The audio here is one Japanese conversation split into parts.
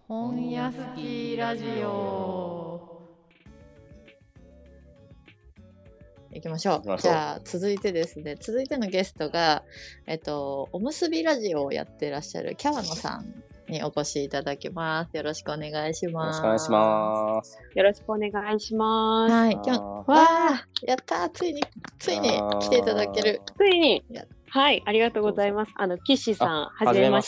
本屋好きラジオ。行きましょう。じゃあ続いてですね、続いてのゲストが、おむすびラジオをやってらっしゃるキャワノさんにお越しいただきます。よろしくお願いします。 よろしくお願いします。 よろしくお願いします。 はい、今日わあ、やったー、ついに来ていただける。 ついに。はい、ありがとうございます。岸さん、はじめまして。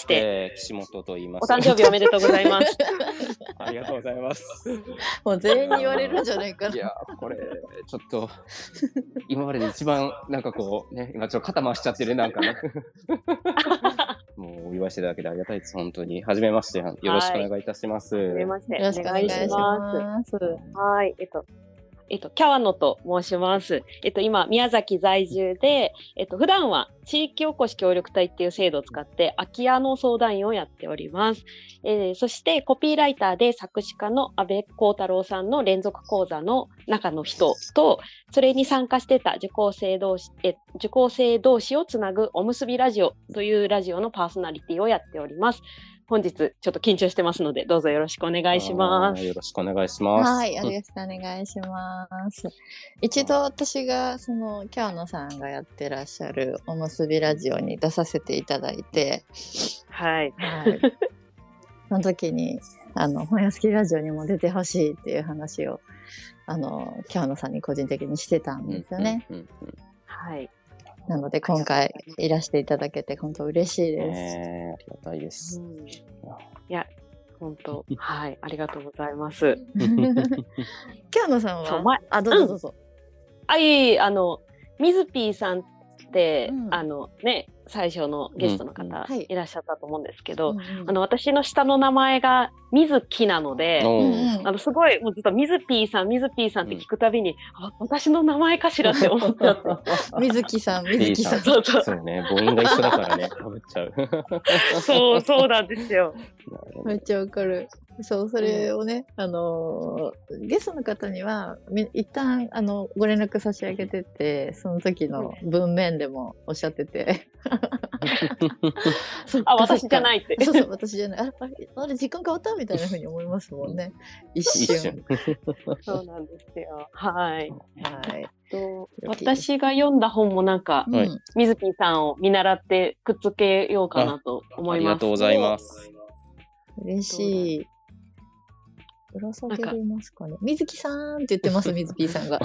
岸本と言います。 お誕生日おめでとうございます。 ありがとうございます。 もう全員に言われるんじゃないかな。 いや、これ、ちょっと、今までで一番、なんかこう、ね、今ちょっと肩回しちゃってる、なんかね。もうお祝いしていただけてありがたいです、本当に。はじめまして、よろしくお願いいたします。 はじめまして。 よろしくお願いします。 はい、キャワノと申します。今、宮崎在住で、普段は地域おこし協力隊っていう制度を使って、空き家の相談員をやっております。そして、コピーライターで作詞家の阿部幸太郎さんの連続講座の中の人と、それに参加してた受講生同士をつなぐおむすびラジオというラジオのパーソナリティをやっております。本日ちょっと緊張してますので、どうぞよろしくお願いします。 よろしくお願いします。 はい、よろしくお願いします。一度私がそのキャワノさんがやってらっしゃるおむすびラジオに出させていただいて、 はい。 その時に本屋好きラジオにも出てほしいっていう話をキャワノさんに個人的にしてたんですよね。 はい。 なので今回いらしていただけて本当嬉しいです。 ありがたいです。 いや、本当、はい、ありがとうございます。 キャワノさんは、どうぞ。 ミズピーさんって、ね、最初のゲストの方いらっしゃったと思うんですけど、私の下の名前が水木なので、すごいもうずっと水ピーさんって聞くたびに、私の名前かしらって思っちゃって。 水木さん。 そうね、母音が一緒だからね、かぶっちゃう。 そうなんですよ。 めっちゃわかる。それをね、ゲストの方には一旦ご連絡差し上げてて、その時の文面でもおっしゃってて。 私じゃないって。 そう、私じゃない。あれ時間変わったみたいな風に思いますもんね。一瞬。 そうなんですよ。はい。私が読んだ本もなんか、水木さんを見習ってくっつけようかなと思います。 ありがとうございます。 嬉しい。ぶら下げれますかね。水木さんって言ってます、水木さんが。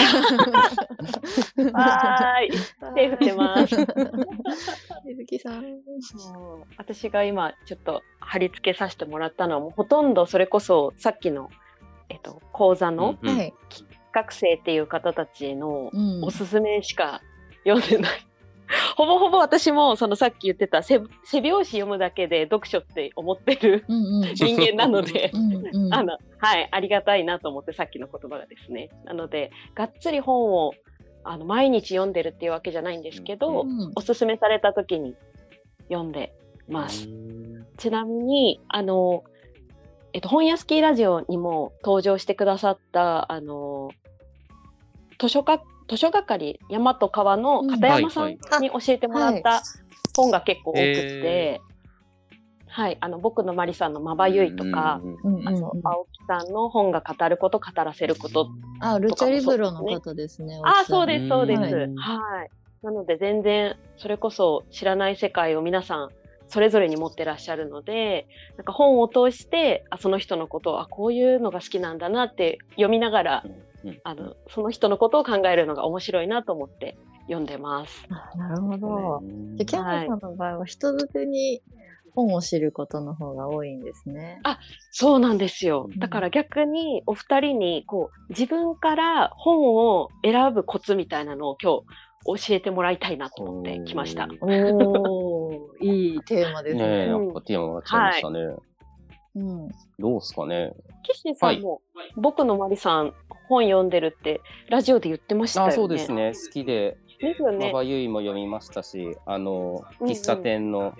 はーい。手振ってます。 水木さん。 私が今ちょっと貼り付けさせてもらったのはもうほとんどそれこそさっきの、講座の企画生っていう方たちのおすすめしか読んでない。ほぼほぼ私もそのさっき言ってた背表紙読むだけで読書って思ってる人間なのではい、ありがたいなと思ってさっきの言葉がですね。なのでがっつり本を毎日読んでるっていうわけじゃないんですけど、おすすめされた時に読んでます。ちなみに本屋好きラジオにも登場してくださった図書係大和川の片山さんに教えてもらった本が結構多くて、はい、僕のマリさんのまばゆいとか、青木さんの本が語ること語らせることとか、 ルチャリブロの方ですね。 そうです。はい。なので全然それこそ知らない世界を皆さんそれぞれに持ってらっしゃるので、なんか本を通してその人のことをこういうのが好きなんだなって読みながら、その人のことを考えるのが面白いなと思って読んでます。 なるほど。じゃキャワノさんの場合は人づてに本を知ることの方が多いんですね。 そうなんですよ。だから逆にお二人に自分から本を選ぶコツみたいなのを今日教えてもらいたいなと思ってきました。 いいテーマですね。 やっぱテーマが来ちゃいましたね。どうですかね。 岸さんも、僕のマリさん本読んでるってラジオで言ってましたよね。 そうですね。好きで、まばゆいも読みましたし、喫茶店の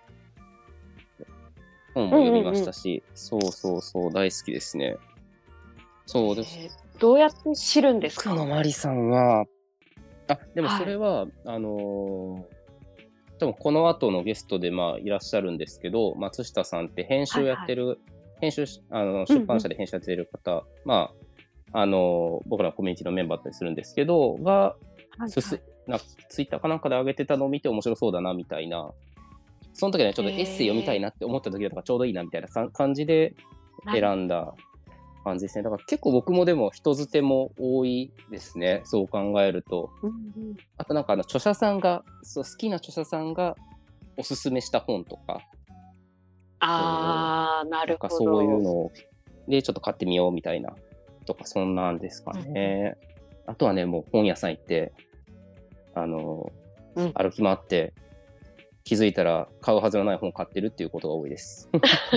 本も読みましたし、そう大好きですね。そうです。 どうやって知るんですか？ 僕のマリさんはでもそれは、多分この後のゲストでいらっしゃるんですけど、松下さんって編集やってる出版社で編集やっている方、まあ、僕らコミュニティのメンバーだったりするんですけど、が、なんかツイッターかなんかで上げてたのを見て面白そうだなみたいな、その時はね、ちょっとエッセイ読みたいなって思った時だとかちょうどいいなみたいな感じで選んだ感じですね。だから結構僕もでも人づても多いですね、そう考えると。あとなんか著者さんが、好きな著者さんがおすすめした本とか。 なるほど。 そういうのでちょっと買ってみようみたいなとか、そんなんですかね。あとはね、もう本屋さん行って、歩き回って、気づいたら買うはずのない本買ってるっていうことが多いです。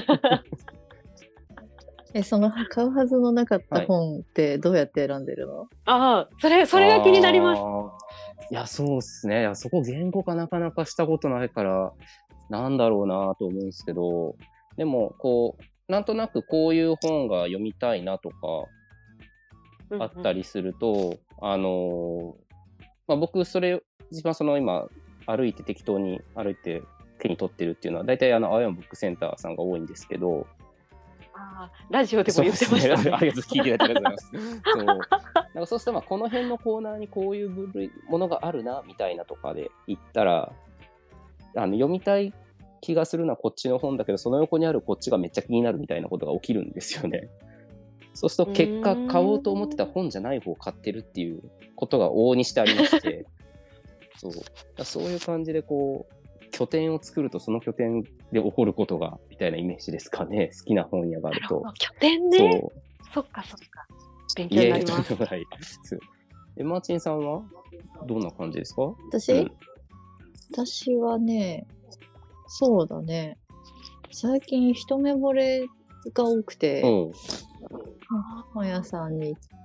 その買うはずのなかった本ってどうやって選んでるの？ それが気になります。 いや、そうですね。そこ言語化なかなかしたことないから、なんだろうなと思うんですけど、でも、なんとなくこういう本が読みたいなとか、あったりすると、僕、それ、一番今、適当に歩いて手に取ってるっていうのは、大体青山ブックセンターさんが多いんですけど、 ラジオでも言ってましたね。 ありがとう聞いていただいてありがとうございます。そうするとこの辺のコーナーにこういう部類ものがあるなみたいなとかで言ったら、読みたい気がするのはこっちの本だけど、その横にあるこっちがめっちゃ気になるみたいなことが起きるんですよね。そうすると結果買おうと思ってた本じゃない方を買ってるっていうことが往々にしてありましてそういう感じで拠点を作るとその拠点で起こることがみたいなイメージですかね。好きな本屋があると。 拠点ね。そっか。勉強になります。 マーチンさんはどんな感じですか？ 私はね、そうだね。最近一目惚れが多くて、本屋さんに行って、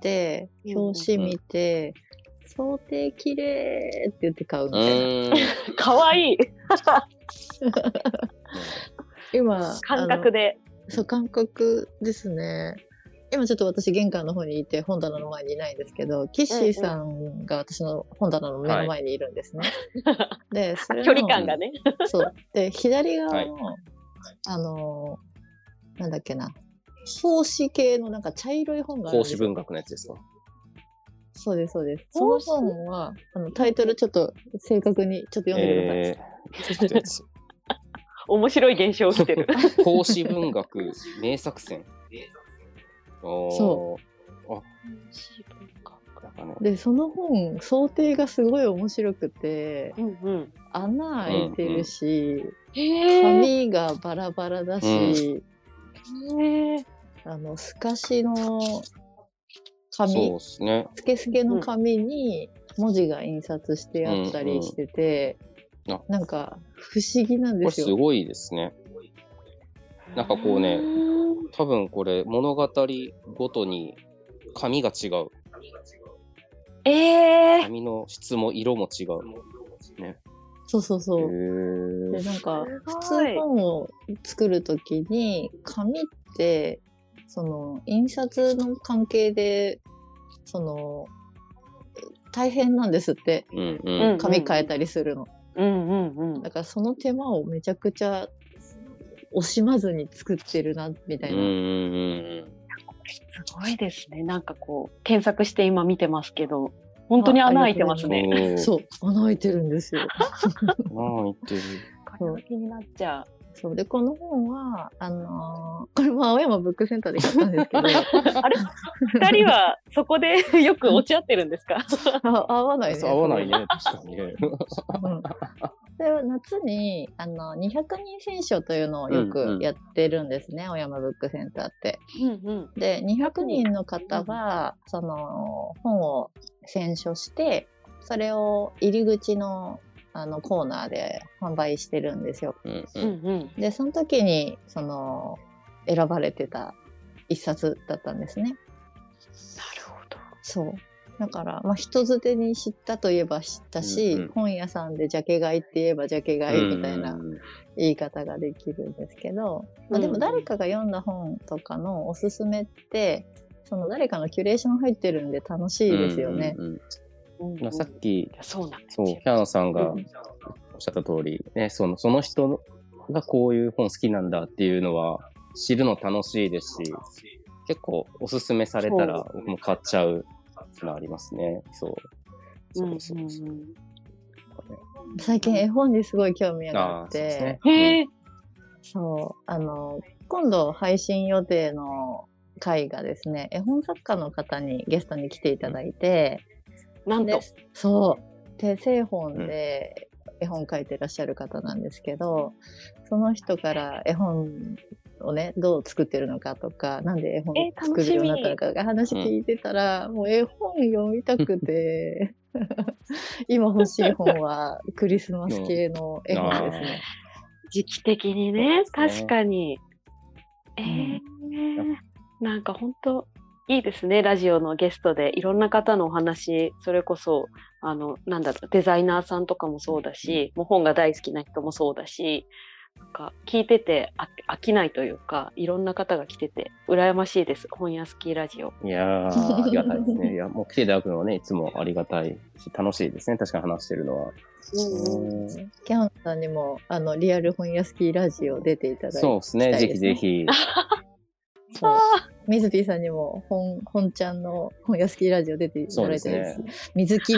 表紙見て、想定綺麗って言って買うみたいな。 かわいい。 今感覚で。 感覚ですね。今ちょっと私玄関の方にいて本棚の前にいないんですけど、キッシーさんが私の本棚の目の前にいるんですね。で、それ距離感がね。 そうで、左側の、なんだっけな、奉仕系のなんか茶色い本があるんですよ。 奉仕文学のやつですか？ そうです。その本はタイトルちょっと正確にちょっと読んでください。 面白い現象起きてる。 奉仕文学名作選。 そう。で、その本想定がすごい面白くて、穴開いてるし、紙がバラバラだし、透かしの紙、スケスケの紙に文字が印刷してあったりしてて、なんか不思議なんですよ。 これすごいですね。なんか多分これ物語ごとに紙が違う。紙の質も色も違う。ね。 そう。で、なんか普通本を作るときに紙って印刷の関係で大変なんですって。紙変えたりするの。だからその手間をめちゃくちゃ惜しまずに作ってるなみたいな。 すごいですね。なんか検索して今見てますけど、本当に穴開いてますね。 そう、穴開いてるんですよ。 穴開いてる。 これは気になっちゃう。 そうで、この本はこれも青山ブックセンターで買ったんですけどあれ2人はそこでよく落ち合ってるんですか？ 合わないね。 合わないね、確かにね。 で夏に200人選書というのをよくやってるんですね、青山ブックセンターって。で、200人の方がその本を選書して、それを入り口のコーナーで販売してるんですよ。で、その時に選ばれてた一冊だったんですね。 なるほど。 そう。だから、人づてに知ったといえば知ったし、本屋さんでジャケ買いって言えばジャケ買いみたいな言い方ができるんですけど、でも誰かが読んだ本とかのおすすめって、誰かのキュレーション入ってるんで楽しいですよね。 さっき、 そうキャノさんがおっしゃった通り、ね、その人がこういう本好きなんだっていうのは、 知るの楽しいですし、結構おすすめされたら僕も買っちゃうのありますね。そう。 最近絵本にすごい興味があって、そう、今度配信予定の回がですね、絵本作家の方にゲストに来ていただいて、 なんとそう、手製本で絵本描いてらっしゃる方なんですけど、その人から絵本をね、どう作ってるのかとか、なんで絵本作るようになったのかが話聞いてたら、もう絵本読みたくて、今欲しい本はクリスマス系の絵本ですね。 時期的にね、確かに。なんか本当いいですね。ラジオのゲストでいろんな方のお話、それこそなんだろう、デザイナーさんとかもそうだし、もう本が大好きな人もそうだし、なんか聞いてて飽きないというか、いろんな方が来てて羨ましいです。本屋スキーラジオ。 いやー、ありがたいですね。いや、もう来ていただくのはね、いつもありがたいし、楽しいですね。確かに話してるのは。 キャンさんにもリアル本屋スキーラジオ出ていただいて、 そうですね。ぜひぜひ。 水木さんにも本ちゃんの本屋スキーラジオ出ていただいてです。水木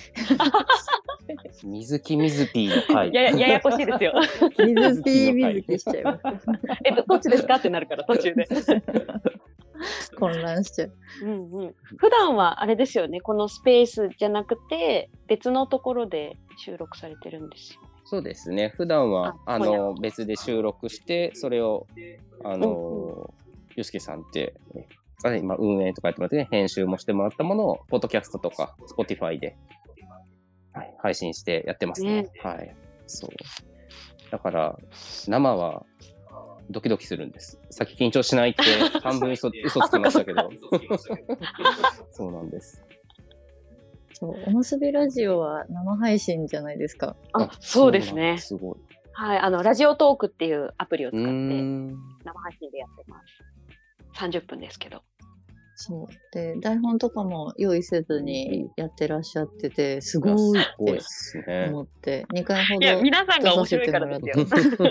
水木の回。 ややこしいですよ。 水木しちゃいます。 どっちですかってなるから途中で。 混乱しちゃう。 普段はあれですよね。このスペースじゃなくて別のところで収録されてるんですよ。 そうですね。普段は別で収録してそれをゆうすけさんって今運営とかやってもらってね、編集もしてもらったものをポッドキャストとか Spotify で、配信してやってますね。はい。そう。だから生はドキドキするんです。さっき緊張しないって半分嘘つきましたけど。そうなんです。 そう、おむすびラジオは生配信じゃないですか。 そうですね。 すごい。 はい、ラジオトークっていうアプリを使って生配信でやってます。30分ですけど。 そうで、台本とかも用意せずにやってらっしゃってて、すごいって思って、2回ほど。 いや、皆さんが面白いからですよ。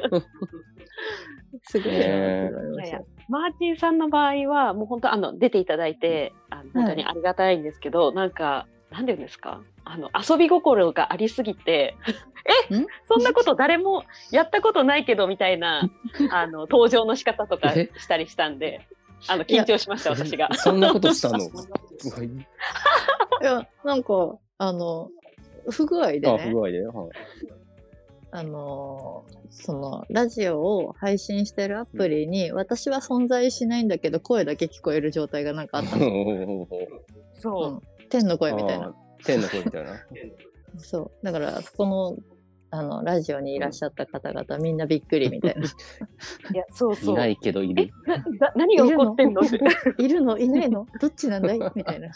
すごいなって思いました。 マーティンさんの場合は、もう本当出ていただいて、本当にありがたいんですけど、なんか、なんていうんですか、遊び心がありすぎて、そんなこと誰もやったことないけどみたいな登場の仕方とかしたりしたんで、緊張しました私が。 そんなことしたの？いや、なんか不具合でね。 不具合で、はい。 そのラジオを配信してるアプリに、私は存在しないんだけど声だけ聞こえる状態がなんかあったの。 そう。 天の声みたいな。 天の声みたいな。 そう。だから、このラジオにいらっしゃった方々、みんなびっくりみたいな。いや、そうそう。 いないけどいる。 何が起こってんの？ いるのいないのどっちなんだいみたいな。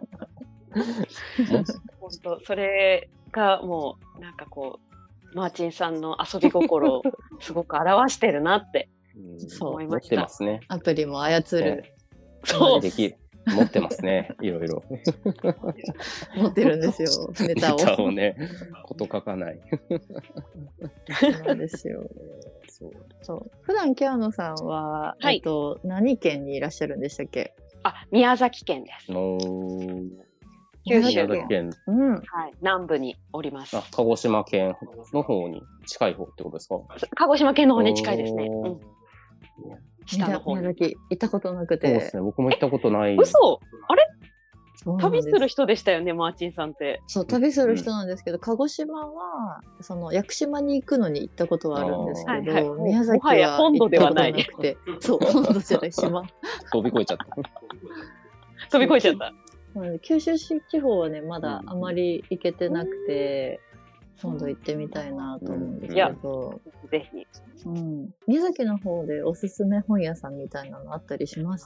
本当、それがもう、なんかこう、マーチンさんの遊び心をすごく表してるなって思いました。 持ってますね。 アプリも操る。 そう。 持ってますね。いろいろ。 持ってるんですよ。ネタをね、こと書かない。 そうなんですよ。そう。普段キャノさんは、何県にいらっしゃるんでしたっけ？ 宮崎県です。九州県。 はい、南部におります。 鹿児島県の方に近い方ってことですか？ 鹿児島県の方に近いですね。下の方に。 宮崎行ったことなくて。 そうですね。僕も行ったことない。 嘘？あれ？旅する人でしたよね、マーチンさんって。 そう、旅する人なんですけど、鹿児島は屋久島に行くのに行ったことはあるんですけど、宮崎は本土ではない。 そう、本土じゃない島。 飛び越えちゃった。 飛び越えちゃった。 九州地方はね、まだあまり行けてなくて、今度行ってみたいなと思うんですけど、 ぜひ。 宮崎の方でおすすめ本屋さんみたいなのあったりします？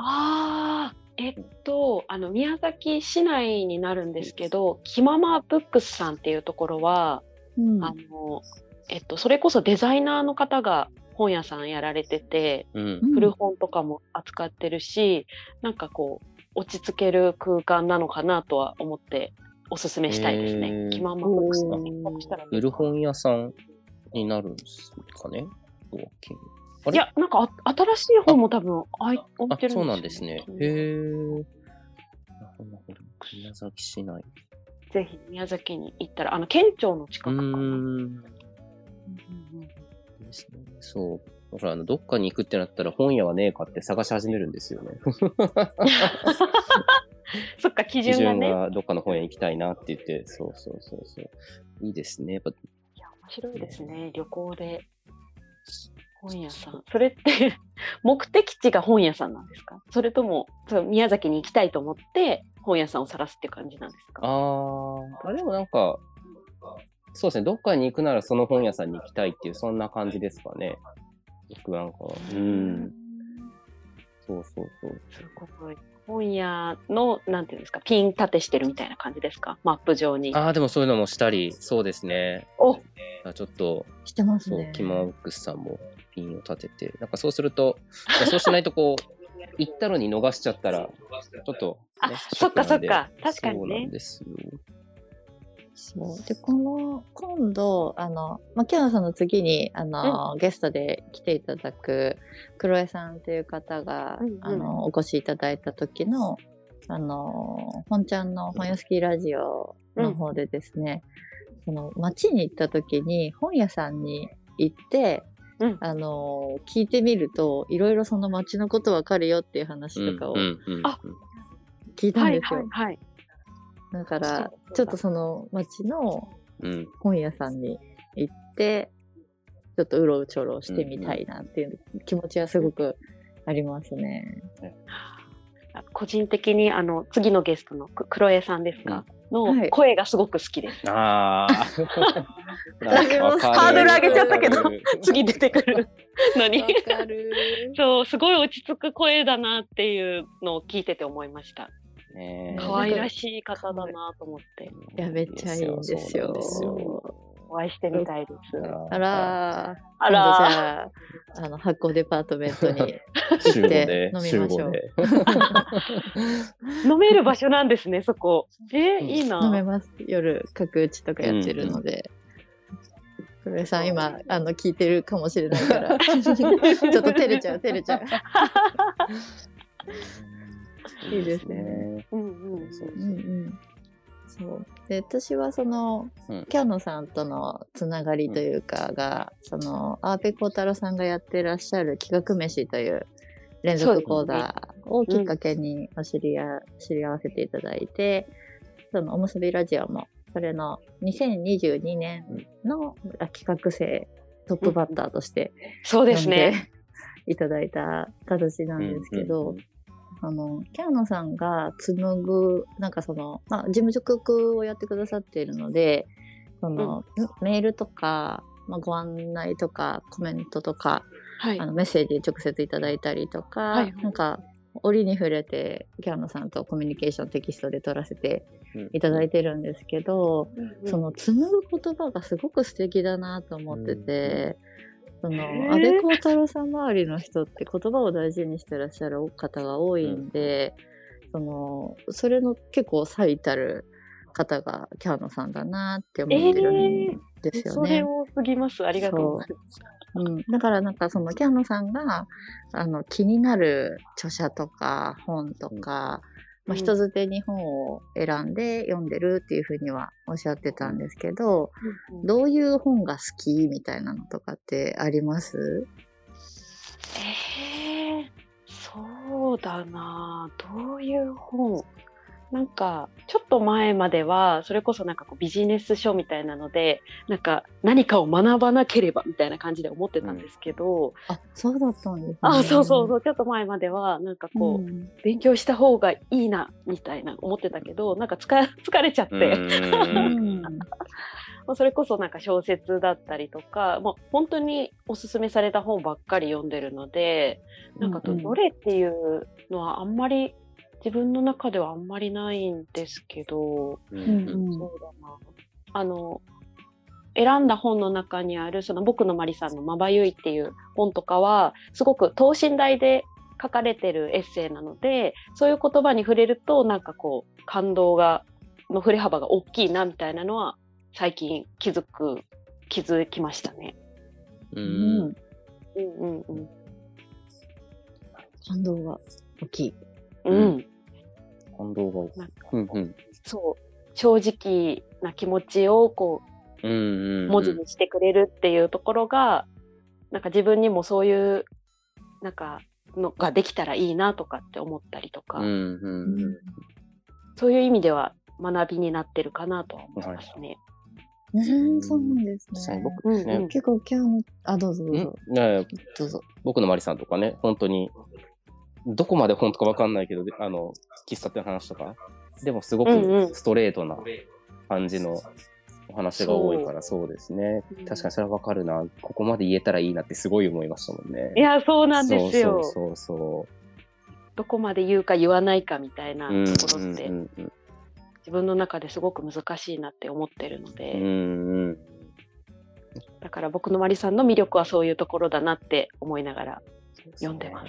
宮崎市内になるんですけど、きままブックスさんっていうところは、それこそデザイナーの方が本屋さんやられてて、古本とかも扱ってるし、なんかこう落ち着ける空間なのかなとは思っておすすめしたいですね。きままブックスの古本屋さんになるんですかね。 いや、なんか新しい本も多分置いてるんですよ。 そうなんですね。へー。宮崎市内。 ぜひ宮崎に行ったら、県庁の近くかな。 ですね。そう。だからどっかに行くってなったら本屋はねえかって探し始めるんですよね。 そっか、基準がね。 どっかの本屋行きたいなって言って、そう。いいですね。やっぱ。いや、面白いですね。旅行で本屋さん。それって目的地が本屋さんなんですか？それとも宮崎に行きたいと思って本屋さんを探すって感じなんですか？ でもなんか、そうですね。どっかに行くならその本屋さんに行きたいっていう、そんな感じですかね。僕なんか。そう。すごい。本屋の、なんていうんですか、ピン立てしてるみたいな感じですか？マップ上に。 でもそういうのもしたり、そうですね。ちょっと、 してますね。 キマーブックスさんもピンを立てて、なんかそうすると、そうしないと行ったのに逃しちゃったら、ちょっと、ね、 そっか。確かにね。 そうなんですよ。 で、今度、キャノさんの次に、ゲストで来ていただく、クロエさんという方が、お越しいただいた時の、本ちゃんの本屋スキーラジオの方でですね、その街に行った時に、本屋さんに行って、聞いてみると、いろいろその街のことわかるよっていう話とかを聞いたんですよ。だから、ちょっとその街の本屋さんに行って、ちょっとうろうちょろしてみたいなっていう気持ちはすごくありますね。 個人的に次のゲストのクロエさんですか、の声がすごく好きです。 ハードル上げちゃったけど、次出てくるのに。そう、すごい落ち着く声だなっていうのを聞いてて思いました。可愛らしい方だなと思って。 いや、めっちゃいいんですよ。 お会いしてみたいです。 あら、じゃあ、発酵デパートメントに行って飲みましょう。 飲める場所なんですね、そこ。いいな。 飲めます。夜、角打ちとかやってるので。クロエさん、今、聞いてるかもしれないから、ちょっと照れちゃう。いいですね。そうで、私はキャノさんとのつながりというかが、アーペコータロさんがやってらっしゃる企画飯という連続講座をきっかけに知り合わせていただいて、おむすびラジオもそれの2022年の企画生トップバッターとしてそうですねいただいた形なんですけど、キャノさんが紡ぐ、なんか事務局をやってくださっているので、メールとか、ご案内とか、コメントとか、メッセージ直接いただいたりとか、なんか、折に触れて、キャノさんとコミュニケーションテキストで取らせていただいてるんですけど、紡ぐ言葉がすごく素敵だなと思ってて、安倍光太郎さん周りの人って言葉を大事にしてらっしゃる方が多いんで、それの結構最たる方がキャノさんだなって思ってるんですよね。 それ多すぎます。ありがとうございます。 だからなんかキャノさんが気になる著者とか本とか、人づてに本を選んで読んでるっていうふうにはおっしゃってたんですけど、どういう本が好きみたいなのとかってあります？ そうだな。どういう本？なんかちょっと前まではそれこそなんかビジネス書みたいなのでなんか何かを学ばなければみたいな感じで思ってたんですけど、 そうだったんですね。 そうちょっと前まではなんか勉強した方がいいなみたいな思ってたけど、なんか疲れちゃってそれこそなんか小説だったりとか、本当におすすめされた本ばっかり読んでるので、なんかどれっていうのはあんまり自分の中ではあんまりないんですけど、そうだな。選んだ本の中にある僕のマリさんのまばゆいっていう本とかはすごく等身大で書かれてるエッセイなので、そういう言葉に触れるとなんか感動の振れ幅が大きいなみたいなのは最近気づきましたね。 感動が大きい。 感動が大きい。 そう正直な気持ちをこう、文字にしてくれるっていうところがなんか自分にもそういうなんかのができたらいいなとかって思ったりとか、そういう意味では学びになってるかなとは思いますね。 そうなんですね。結構どうぞ。 僕のマリさんとかね、本当にどこまで本当か分かんないけど、喫茶店の話とかでもすごくストレートな感じのお話が多いから、そうですね。確かにそれは分かるな。ここまで言えたらいいなってすごい思いましたもんね。 いや、そうなんですよ。 そう。 どこまで言うか言わないかみたいなところって、自分の中ですごく難しいなって思ってるので、だから僕のマリさんの魅力はそういうところだなって思いながら読んでます。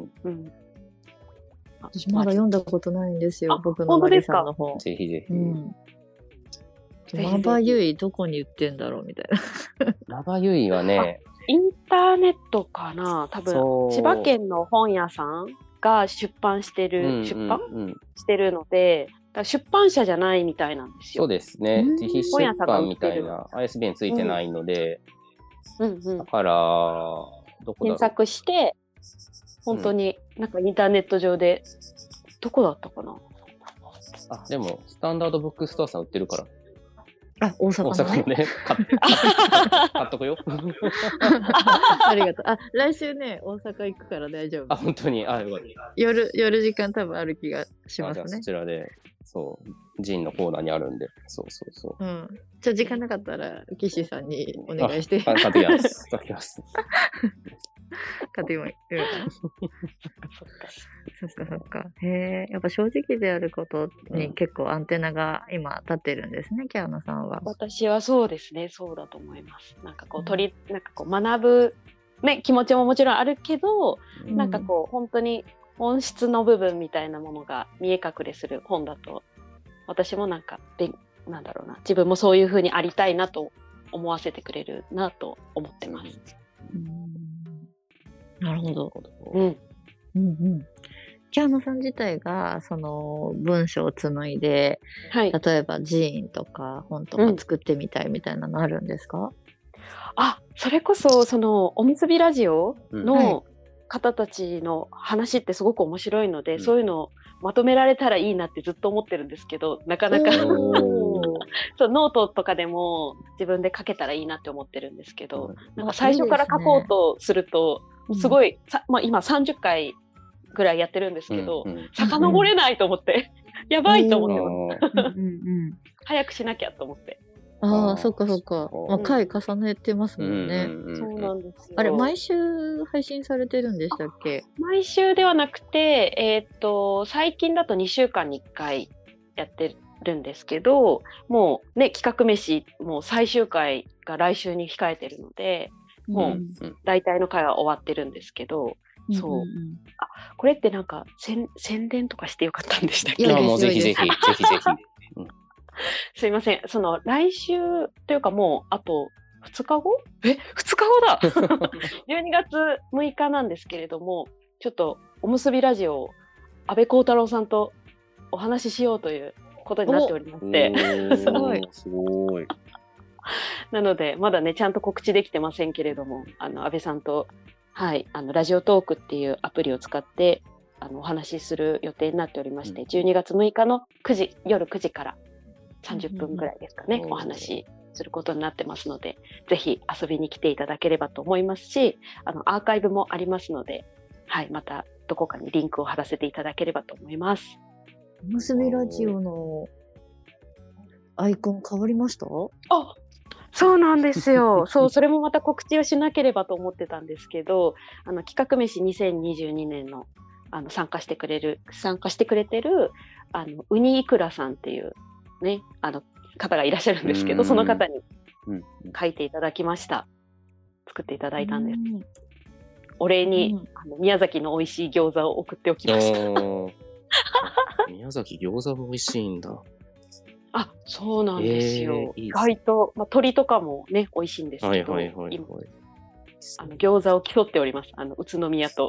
私まだ読んだことないんですよ。僕のマリさんの本。 ぜひぜひ。 まばゆいどこに売ってんだろうみたいな。まばゆいはね、 インターネットかな。多分千葉県の本屋さんが出版してるしてるので。出版社じゃないみたいなんですよ。 そうですね。自費出版みたいな ISBN ついてないので、だから検索して本当になんかインターネット上でどこだったかな。 でもスタンダードブックストアさん売ってるから。 大阪のね。買っとくよ。 ありがとう。来週ね、大阪行くから大丈夫。 本当に。よかった。 夜時間多分ある気がしますね。 そちらで、ジンのコーナーにあるんで。そう。 時間なかったら、岸さんにお願いして。 買ってきます。 買ってもいいかな。そっか。やっぱ正直であることに結構アンテナが今立ってるんですね、キャーナさんは。 私はそうですね、そうだと思います。なんかこう学ぶ、ね、気持ちももちろんあるけど、なんかこう本当に本質の部分みたいなものが見え隠れする本だと、私もなんかなんだろうな、自分もそういう風にありたいなと思わせてくれるなと思ってます。 なるほど。キャーナさん自体がその文章を紡いで、例えば寺院とか本とか作ってみたいみたいなのあるんですか？ それこそそのおむすびラジオの方たちの話ってすごく面白いので、そういうのをまとめられたらいいなってずっと思ってるんですけど、なかなかノートとかでも自分で書けたらいいなって思ってるんですけど、なんか最初から書こうとするとすごい今30回ぐらいやってるんですけど、遡れないと思ってやばいと思ってます早くしなきゃと思って。 そっか。回重ねてますもんね。 そうなんですよ。 あれ、毎週配信されてるんでしたっけ？ 毎週ではなくて、最近だと2週間に1回やってるんですけど、もうね、企画飯、もう最終回が来週に控えてるので、もう大体の回は終わってるんですけど、これってなんか宣伝とかしてよかったんでしたっけ？ もうぜひ。 すいません。その来週というかもうあと2日後？2日後だ12月6日なんですけれども、ちょっとおむすびラジオを安倍光太郎さんとお話ししようということになっておりましてすごいなのでまだねちゃんと告知できてませんけれども、安倍さんとラジオトークっていうアプリを使ってお話しする予定になっておりまして、12月6日の夜9時から30分ぐらいですかね、お話しすることになってますので、ぜひ遊びに来ていただければと思いますし、アーカイブもありますので、またどこかにリンクを貼らせていただければと思います。 おむすびラジオのアイコン変わりました？ そうなんですよ。それもまた告知をしなければと思ってたんですけど、企画飯2022年の参加してくれてるウニイクラさんっていうね方がいらっしゃるんですけど、その方に書いていただきました。作っていただいたんです。お礼に宮崎の美味しい餃子を送っておきました。 宮崎餃子も美味しいんだ。 そうなんですよ。意外と、鶏とかもね美味しいんですけど、 餃子を競っております。宇都宮と。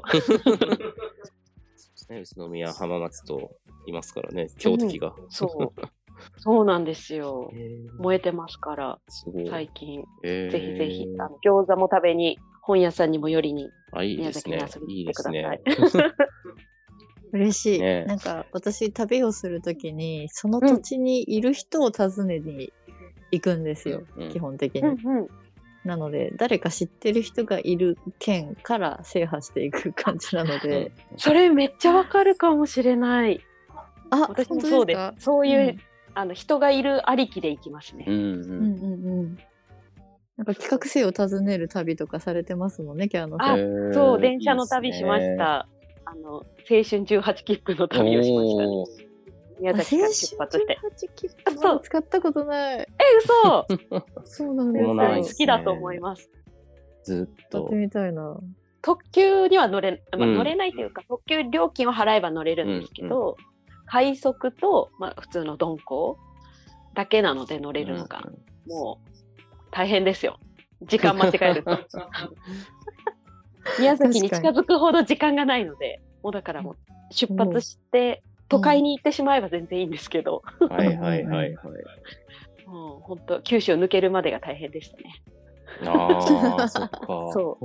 宇都宮、浜松といますからね、強敵が。 そうなんですよ。燃えてますから、最近。ぜひぜひ、餃子も食べに、本屋さんにも寄りに、宮崎に遊びに来てください。 嬉しい。なんか、私、旅をするときに、その土地にいる人を訪ねに行くんですよ、基本的に。なので、誰か知ってる人がいる県から制覇していく感じなので。 それめっちゃわかるかもしれない。私もそうです。そういう、人がいるありきで行きますね。 なんか企画生を訪ねる旅とかされてますもんね、キャノさん。そう、電車の旅しました。青春18切符の旅をしましたね。宮崎から出発して。 青春18切符まだ使ったことない。 嘘そうなんです。 好きだと思います。 ずっと。 やってみたいな。 特急には乗れないというか、特急料金を払えば乗れるんですけど、快速と、普通の鈍行だけなので乗れるのが、もう大変ですよ。時間間違えると。宮崎に近づくほど時間がないので、もうだからもう出発して都会に行ってしまえば全然いいんですけど。もう本当九州を抜けるまでが大変でしたね。 そっか。 そう。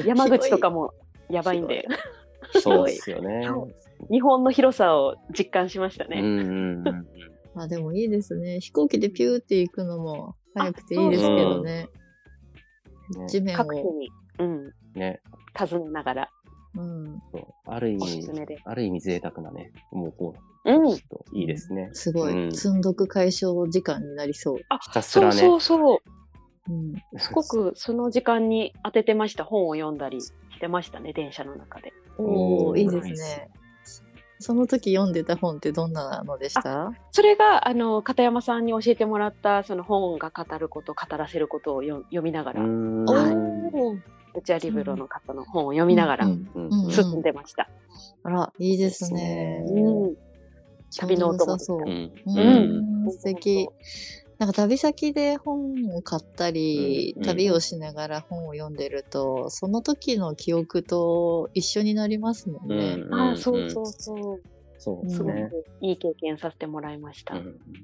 山口とかもやばいんで。 そうですよね。 日本の広さを実感しましたね。 でもいいですね。飛行機でピューって行くのも早くていいですけどね。地面を各地に訪ねながら。 ある意味贅沢なね。もうこういいですね。 すごい積んどく解消時間になりそう。 ひたすらね。 そう。すごくその時間に当ててました。本を読んだりしてましたね、電車の中で。 いいですね。その時読んでた本ってどんなのでした？ それが片山さんに教えてもらったその本が語ること、語らせることを読みながら、うちはリブロの方の本を読みながら進んでました。 あら、いいですね。 旅の音も素敵。なんか旅先で本を買ったり、旅をしながら本を読んでると、その時の記憶と一緒になりますもんね。 そう。 そうですね。 いい経験させてもらいました。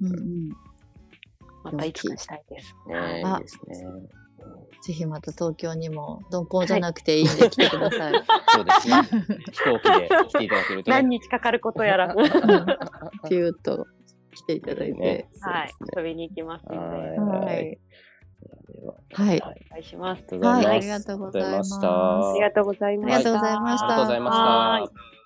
またいつかしたいです。 いいですね。 ぜひまた東京にも鈍行じゃなくていいんで来てください。 そうですね。飛行機で来ていただけると。 何日かかることやら。 ピューっと来ていただいて。 遊びに行きますので。 はい。 お願いします。 ありがとうございました。 ありがとうございました。 ありがとうございました。